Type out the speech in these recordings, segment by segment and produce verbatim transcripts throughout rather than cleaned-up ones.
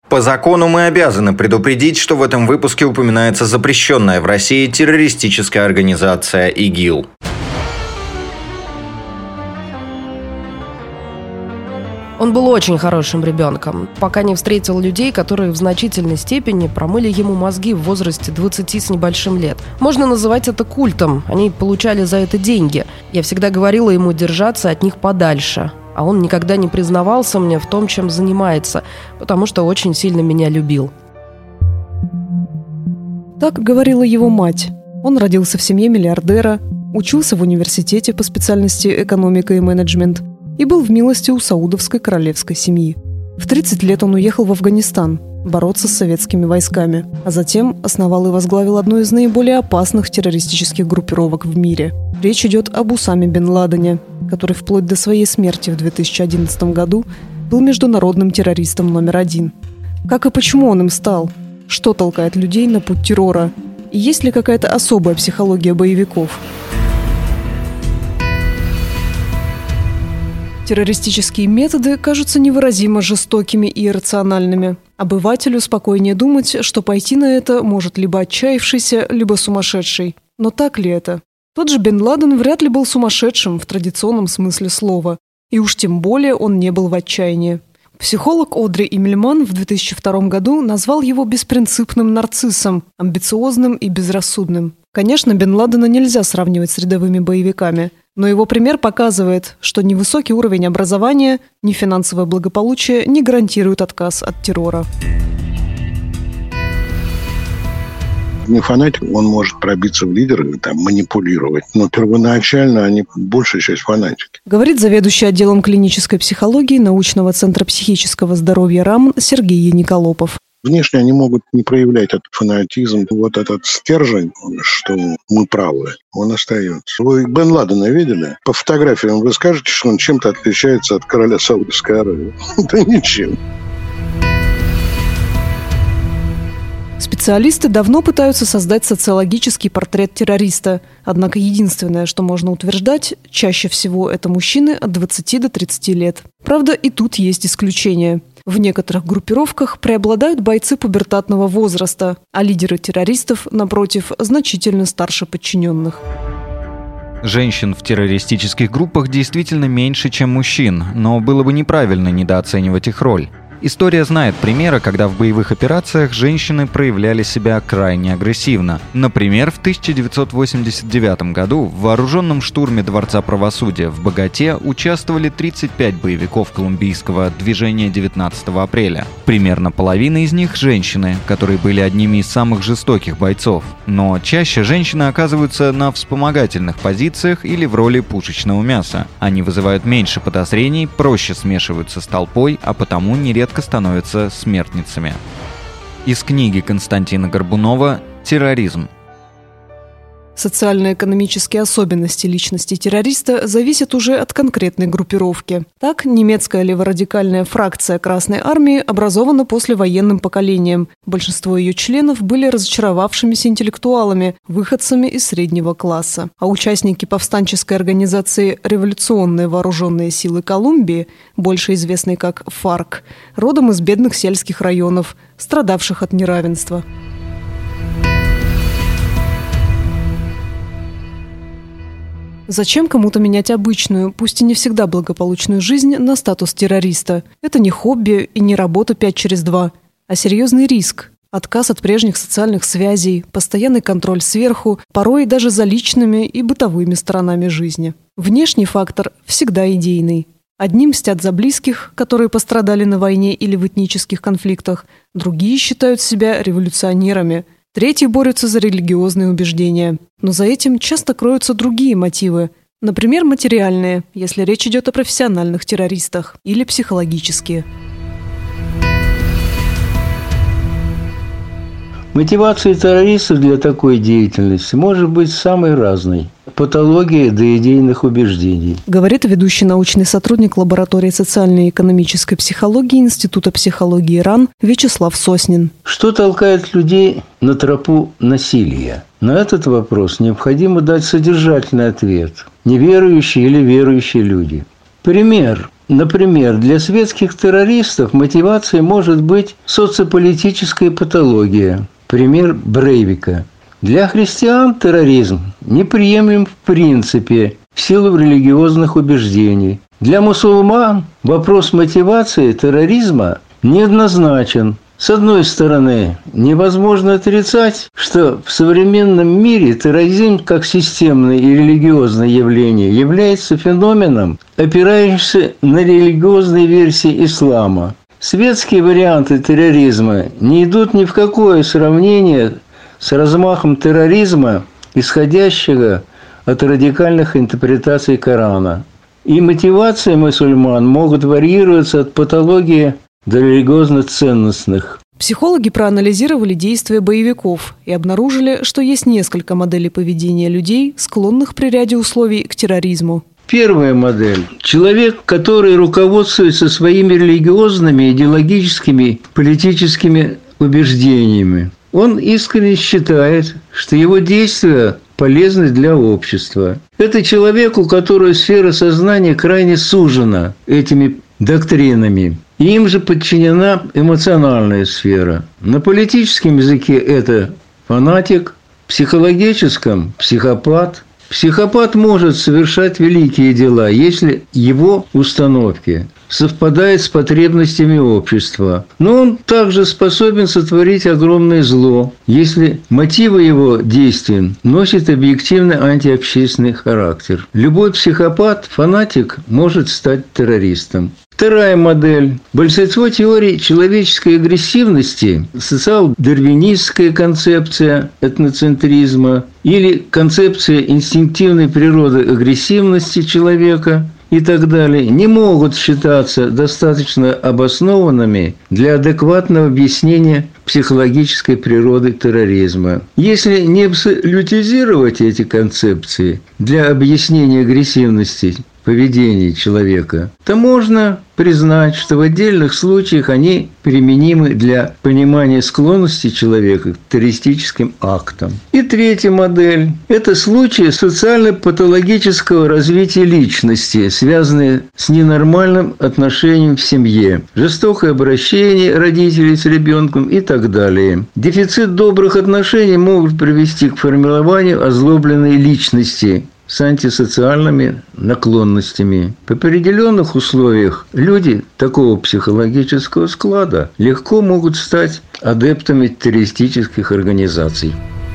По закону мы обязаны предупредить, что в этом выпуске упоминается запрещенная в России террористическая организация ИГИЛ. Он был очень хорошим ребенком, пока не встретил людей, которые в значительной степени промыли ему мозги в возрасте двадцати с небольшим лет. Можно называть это культом, они получали за это деньги. Я всегда говорила ему держаться от них подальше, а он никогда не признавался мне в том, чем занимается, потому что очень сильно меня любил. Так говорила его мать. Он родился в семье миллиардера, учился в университете по специальности экономика и менеджмент и был в милости у саудовской королевской семьи. В тридцать лет он уехал в Афганистан бороться с советскими войсками, а затем основал и возглавил одну из наиболее опасных террористических группировок в мире. Речь идет об Усаме бен Ладене, который вплоть до своей смерти в две тысячи одиннадцатом году был международным террористом номер один. Как и почему он им стал? Что толкает людей на путь террора? И есть ли какая-то особая психология боевиков? Террористические методы кажутся невыразимо жестокими и иррациональными. Обывателю спокойнее думать, что пойти на это может либо отчаявшийся, либо сумасшедший. Но так ли это? Тот же бен Ладен вряд ли был сумасшедшим в традиционном смысле слова. И уж тем более он не был в отчаянии. Психолог Одри Имельман в две тысячи втором году назвал его беспринципным нарциссом, амбициозным и безрассудным. Конечно, бен Ладена нельзя сравнивать с рядовыми боевиками, но его пример показывает, что ни высокий уровень образования, ни финансовое благополучие не гарантируют отказ от террора. Не фанатик, он может пробиться в лидеры, там, манипулировать. Но первоначально они большая часть фанатики. Говорит заведующий отделом клинической психологии научного центра психического здоровья РАМ Сергей Яниколопов. Внешне они могут не проявлять этот фанатизм. Вот этот стержень, что мы правы, он остается. Вы бен Ладена видели? По фотографиям вы скажете, что он чем-то отличается от короля Саудовской Аравии? Да ничем. Специалисты давно пытаются создать социологический портрет террориста. Однако единственное, что можно утверждать, чаще всего это мужчины от двадцати до тридцати лет. Правда, и тут есть исключения. В некоторых группировках преобладают бойцы пубертатного возраста, а лидеры террористов, напротив, значительно старше подчиненных. Женщин в террористических группах действительно меньше, чем мужчин, но было бы неправильно недооценивать их роль. История знает примеры, когда в боевых операциях женщины проявляли себя крайне агрессивно. Например, в тысяча девятьсот восемьдесят девятом году в вооруженном штурме Дворца правосудия в Боготе участвовали тридцать пять боевиков колумбийского движения девятнадцатого апреля. Примерно половина из них – женщины, которые были одними из самых жестоких бойцов. Но чаще женщины оказываются на вспомогательных позициях или в роли пушечного мяса. Они вызывают меньше подозрений, проще смешиваются с толпой, а потому нередко становятся смертницами. Из книги Константина Горбунова «Терроризм». Социально-экономические особенности личности террориста зависят уже от конкретной группировки. Так, немецкая леворадикальная фракция Красной Армии образована послевоенным поколением. Большинство ее членов были разочаровавшимися интеллектуалами, выходцами из среднего класса. А участники повстанческой организации «Революционные вооруженные силы Колумбии», больше известной как ФАРК, родом из бедных сельских районов, страдавших от неравенства. Зачем кому-то менять обычную, пусть и не всегда благополучную жизнь на статус террориста? Это не хобби и не работа пять через два, а серьезный риск. Отказ от прежних социальных связей, постоянный контроль сверху, порой даже за личными и бытовыми сторонами жизни. Внешний фактор всегда идейный. Одни мстят за близких, которые пострадали на войне или в этнических конфликтах, другие считают себя революционерами, третьи борются за религиозные убеждения. Но за этим часто кроются другие мотивы. Например, материальные, если речь идет о профессиональных террористах, или психологические. Мотивация террористов для такой деятельности может быть самой разной. Патологии до идейных убеждений. Говорит ведущий научный сотрудник лаборатории социальной и экономической психологии Института психологии РАН Вячеслав Соснин. Что толкает людей на тропу насилия? На этот вопрос необходимо дать содержательный ответ. Неверующие или верующие люди. Пример. Например, для светских террористов мотивацией может быть социополитическая патология. Пример Брейвика. Для христиан терроризм неприемлем в принципе в силу религиозных убеждений. Для мусульман вопрос мотивации терроризма неоднозначен. С одной стороны, невозможно отрицать, что в современном мире терроризм как системное и религиозное явление является феноменом, опирающимся на религиозные версии ислама. Светские варианты терроризма не идут ни в какое сравнение с размахом терроризма, исходящего от радикальных интерпретаций Корана. И мотивации мусульман могут варьироваться от патологии до религиозно-ценностных. Психологи проанализировали действия боевиков и обнаружили, что есть несколько моделей поведения людей, склонных при ряде условий к терроризму. Первая модель. Человек, который руководствуется своими религиозными, идеологическими, политическими убеждениями. Он искренне считает, что его действия полезны для общества. Это человек, у которого сфера сознания крайне сужена этими доктринами. И им же подчинена эмоциональная сфера. На политическом языке это фанатик, в психологическом – психопат. Психопат может совершать великие дела, если его установки совпадают с потребностями общества. Но он также способен сотворить огромное зло, если мотивы его действий носят объективный антиобщественный характер. Любой психопат, фанатик, может стать террористом. Вторая модель. Большинство теорий человеческой агрессивности, социал-дарвинистская концепция этноцентризма или концепция инстинктивной природы агрессивности человека и так далее, не могут считаться достаточно обоснованными для адекватного объяснения психологической природы терроризма. Если не абсолютизировать эти концепции для объяснения агрессивности поведения человека, то можно признать, что в отдельных случаях они применимы для понимания склонности человека к террористическим актам. И третья модель – это случаи социально-патологического развития личности, связанные с ненормальным отношением в семье, жестокое обращение родителей с ребенком и так далее. Дефицит добрых отношений может привести к формированию озлобленной личности с антисоциальными наклонностями. В определенных условиях люди такого психологического склада легко могут стать адептами террористических организаций.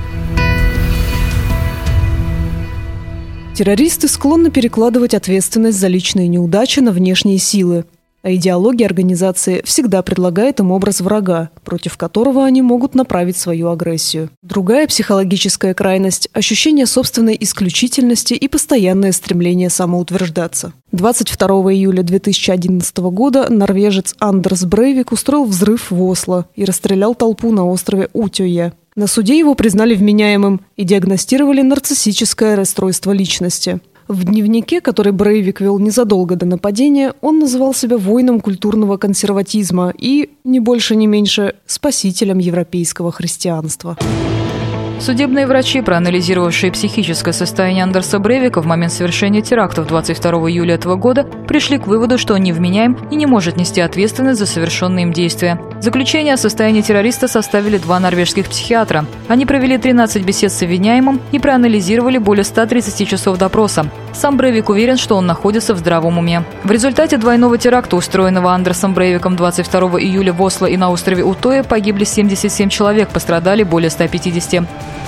Террористы склонны перекладывать ответственность за личные неудачи на внешние силы. А идеология организации всегда предлагает им образ врага, против которого они могут направить свою агрессию. Другая психологическая крайность – ощущение собственной исключительности и постоянное стремление самоутверждаться. двадцать второго июля две тысячи одиннадцатого года норвежец Андерс Брейвик устроил взрыв в Осло и расстрелял толпу на острове Утøя. На суде его признали вменяемым и диагностировали нарциссическое расстройство личности. В дневнике, который Брейвик вел незадолго до нападения, он называл себя воином культурного консерватизма и, ни больше ни меньше, спасителем европейского христианства. Судебные врачи, проанализировавшие психическое состояние Андерса Брейвика в момент совершения терактов двадцать второго июля этого года, пришли к выводу, что он невменяем и не может нести ответственность за совершенные им действия. Заключение о состоянии террориста составили два норвежских психиатра. Они провели тринадцать бесед с обвиняемым и проанализировали более ста тридцати часов допроса. Сам Брейвик уверен, что он находится в здравом уме. В результате двойного теракта, устроенного Андерсом Брейвиком двадцать второго июля в Осло и на острове Утøя, погибли семьдесят семь человек, пострадали более ста пятидесяти.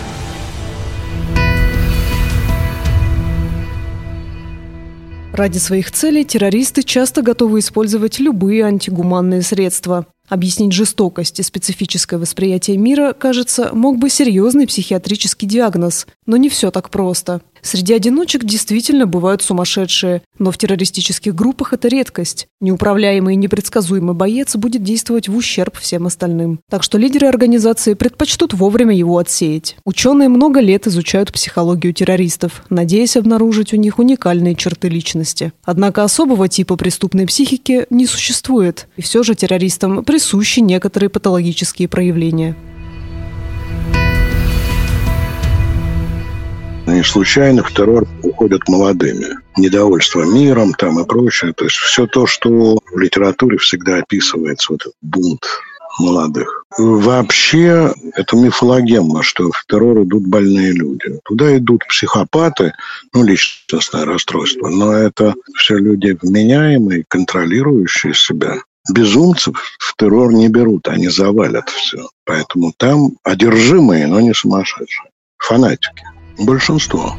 Ради своих целей террористы часто готовы использовать любые антигуманные средства. Объяснить жестокость и специфическое восприятие мира, кажется, мог бы серьезный психиатрический диагноз. Но не все так просто. Среди одиночек действительно бывают сумасшедшие, но в террористических группах это редкость. Неуправляемый и непредсказуемый боец будет действовать в ущерб всем остальным. Так что лидеры организации предпочтут вовремя его отсеять. Ученые много лет изучают психологию террористов, надеясь обнаружить у них уникальные черты личности. Однако особого типа преступной психики не существует, и все же террористам присущи некоторые патологические проявления. И случайно в террор уходят молодыми. Недовольство миром там и прочее. То есть все то, что в литературе всегда описывается, вот этот бунт молодых. Вообще, это мифологема, что в террор идут больные люди. Туда идут психопаты, ну, личностное расстройство, но это все люди вменяемые, контролирующие себя. Безумцев в террор не берут, они завалят все. Поэтому там одержимые, но не сумасшедшие. Фанатики. Большинство.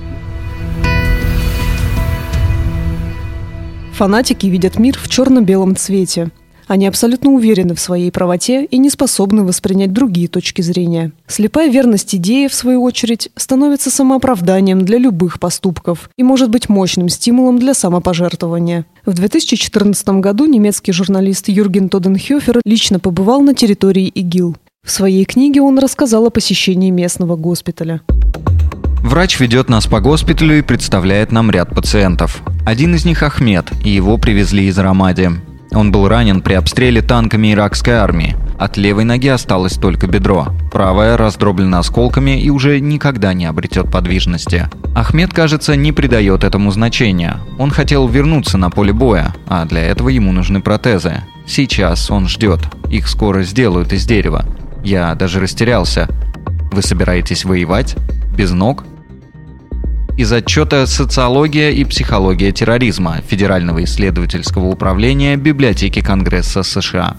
Фанатики видят мир в черно-белом цвете. Они абсолютно уверены в своей правоте и не способны воспринять другие точки зрения. Слепая верность идее, в свою очередь, становится самооправданием для любых поступков и может быть мощным стимулом для самопожертвования. В две тысячи четырнадцатом году немецкий журналист Юрген Тоденхёфер лично побывал на территории ИГИЛ. В своей книге он рассказал о посещении местного госпиталя. Врач ведет нас по госпиталю и представляет нам ряд пациентов. Один из них Ахмед, и его привезли из Рамади. Он был ранен при обстреле танками иракской армии. От левой ноги осталось только бедро. Правая раздроблена осколками и уже никогда не обретет подвижности. Ахмед, кажется, не придает этому значения. Он хотел вернуться на поле боя, а для этого ему нужны протезы. Сейчас он ждет. Их скоро сделают из дерева. Я даже растерялся. Вы собираетесь воевать? Без ног? Из отчета «Социология и психология терроризма» Федерального исследовательского управления Библиотеки Конгресса США.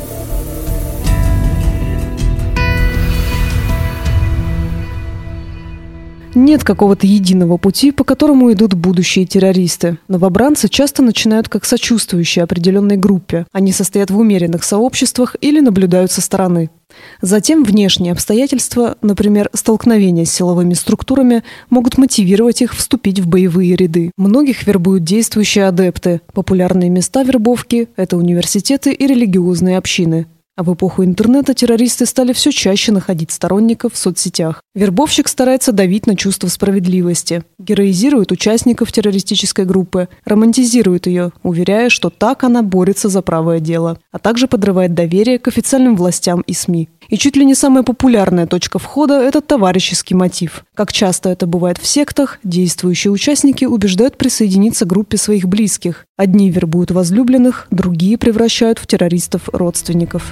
Нет какого-то единого пути, по которому идут будущие террористы. Новобранцы часто начинают как сочувствующие определенной группе. Они состоят в умеренных сообществах или наблюдают со стороны. Затем внешние обстоятельства, например, столкновения с силовыми структурами, могут мотивировать их вступить в боевые ряды. Многих вербуют действующие адепты. Популярные места вербовки – это университеты и религиозные общины. А в эпоху интернета террористы стали все чаще находить сторонников в соцсетях. Вербовщик старается давить на чувство справедливости, героизирует участников террористической группы, романтизирует ее, уверяя, что так она борется за правое дело, а также подрывает доверие к официальным властям и СМИ. И чуть ли не самая популярная точка входа – это товарищеский мотив. Как часто это бывает в сектах, действующие участники убеждают присоединиться к группе своих близких. Одни вербуют возлюбленных, другие превращают в террористов родственников.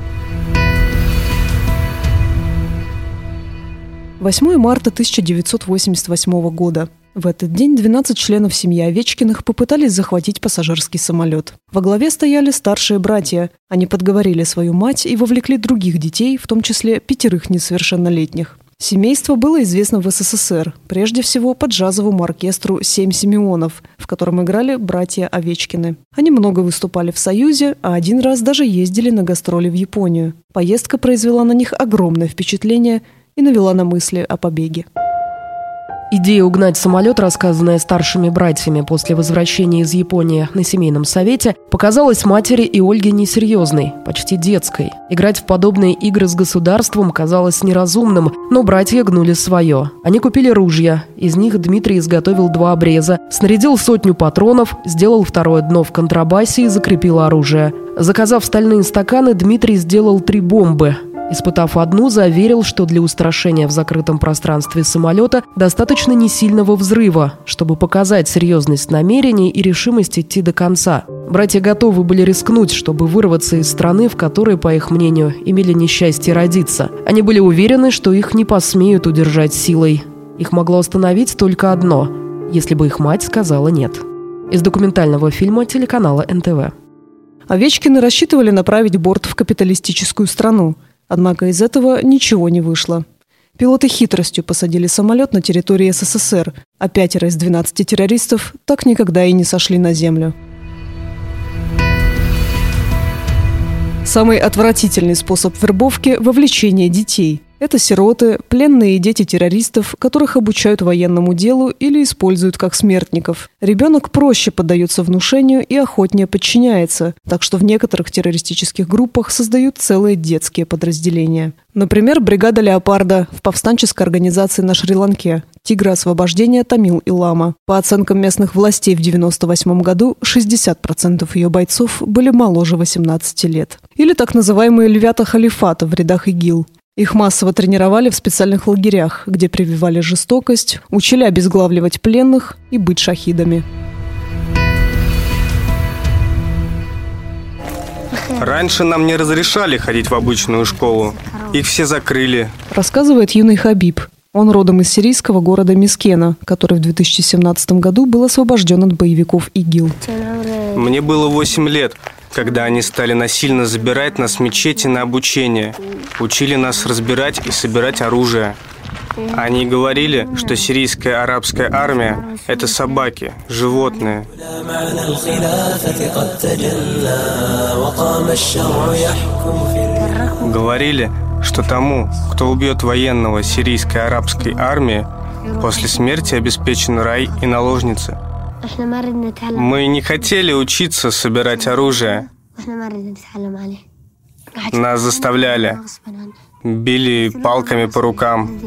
восьмое марта тысяча девятьсот восемьдесят восьмого года. В этот день двенадцать членов семьи Овечкиных попытались захватить пассажирский самолет. Во главе стояли старшие братья. Они подговорили свою мать и вовлекли других детей, в том числе пятерых несовершеннолетних. Семейство было известно в СССР, прежде всего по джазовому оркестру «Семь Симеонов», в котором играли братья Овечкины. Они много выступали в Союзе, а один раз даже ездили на гастроли в Японию. Поездка произвела на них огромное впечатление и навела на мысли о побеге. Идея угнать самолет, рассказанная старшими братьями после возвращения из Японии на семейном совете, показалась матери и Ольге несерьезной, почти детской. Играть в подобные игры с государством казалось неразумным, но братья гнули свое. Они купили ружья. Из них Дмитрий изготовил два обреза, снарядил сотню патронов, сделал второе дно в контрабасе и закрепил оружие. Заказав стальные стаканы, Дмитрий сделал три бомбы. Испытав одну, заверил, что для устрашения в закрытом пространстве самолета достаточно несильного взрыва, чтобы показать серьезность намерений и решимость идти до конца. Братья готовы были рискнуть, чтобы вырваться из страны, в которой, по их мнению, имели несчастье родиться. Они были уверены, что их не посмеют удержать силой. Их могло остановить только одно, если бы их мать сказала «нет». Из документального фильма телеканала эн тэ вэ. Овечкины рассчитывали направить борт в капиталистическую страну. Однако из этого ничего не вышло. Пилоты хитростью посадили самолет на территории эс эс эс эр, а пятеро из двенадцати террористов так никогда и не сошли на землю. Самый отвратительный способ вербовки – вовлечение детей. Это сироты, пленные дети террористов, которых обучают военному делу или используют как смертников. Ребенок проще поддается внушению и охотнее подчиняется, так что в некоторых террористических группах создают целые детские подразделения. Например, бригада «Леопарда» в повстанческой организации на Шри-Ланке, «Тигры освобождения» Тамил и Лама. По оценкам местных властей в девяносто восьмом году шестьдесят процентов ее бойцов были моложе восемнадцати лет. Или так называемые «Львята халифата» в рядах ИГИЛ. Их массово тренировали в специальных лагерях, где прививали жестокость, учили обезглавливать пленных и быть шахидами. Раньше нам не разрешали ходить в обычную школу. Их все закрыли. Рассказывает юный Хабиб. Он родом из сирийского города Мискена, который в две тысячи семнадцатом году был освобожден от боевиков ИГИЛ. Мне было восемь лет, когда они стали насильно забирать нас в мечети на обучение. Учили нас разбирать и собирать оружие. Они говорили, что сирийская арабская армия – это собаки, животные. Говорили, что тому, кто убьет военного сирийской арабской армии, после смерти обеспечен рай и наложницы. Мы не хотели учиться собирать оружие. Нас заставляли. Били палками по рукам.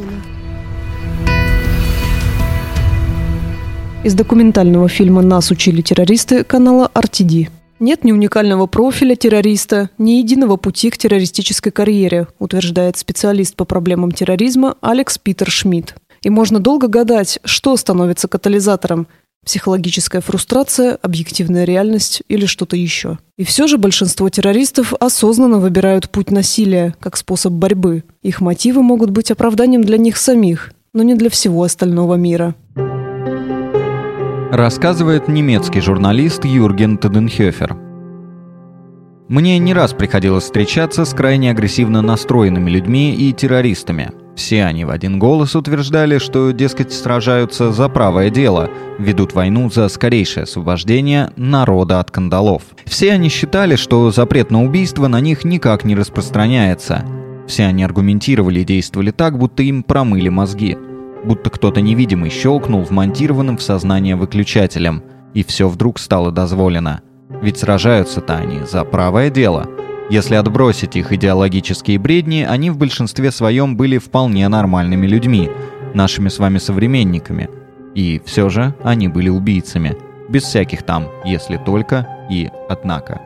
Из документального фильма «Нас учили террористы» канала ар ти ди. Нет ни уникального профиля террориста, ни единого пути к террористической карьере, утверждает специалист по проблемам терроризма Алекс Питер Шмидт. И можно долго гадать, что становится катализатором – психологическая фрустрация, объективная реальность или что-то еще. И все же большинство террористов осознанно выбирают путь насилия как способ борьбы. Их мотивы могут быть оправданием для них самих, но не для всего остального мира. Рассказывает немецкий журналист Юрген Теденхёфер. Мне не раз приходилось встречаться с крайне агрессивно настроенными людьми и террористами. Все они в один голос утверждали, что, дескать, сражаются за правое дело, ведут войну за скорейшее освобождение народа от кандалов. Все они считали, что запрет на убийство на них никак не распространяется. Все они аргументировали и действовали так, будто им промыли мозги. Будто кто-то невидимый щелкнул вмонтированным в сознание выключателем, и все вдруг стало дозволено. Ведь сражаются-то они за правое дело. Если отбросить их идеологические бредни, они в большинстве своем были вполне нормальными людьми, нашими с вами современниками. И все же они были убийцами. Без всяких там «если только» и «однако».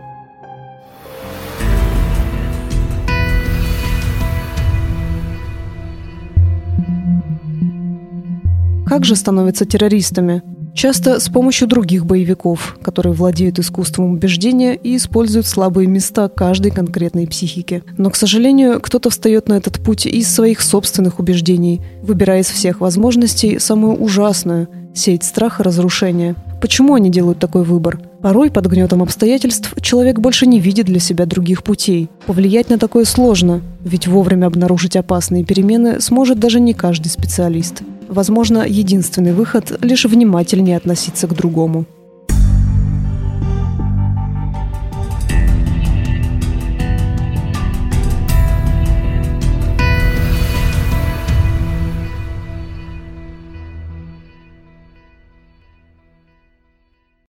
Как же становятся террористами? Часто с помощью других боевиков, которые владеют искусством убеждения и используют слабые места каждой конкретной психики. Но, к сожалению, кто-то встает на этот путь из своих собственных убеждений, выбирая из всех возможностей самую ужасную – сеять страх и разрушение. Почему они делают такой выбор? Порой под гнетом обстоятельств человек больше не видит для себя других путей. Повлиять на такое сложно, ведь вовремя обнаружить опасные перемены сможет даже не каждый специалист. Возможно, единственный выход – лишь внимательнее относиться к другому.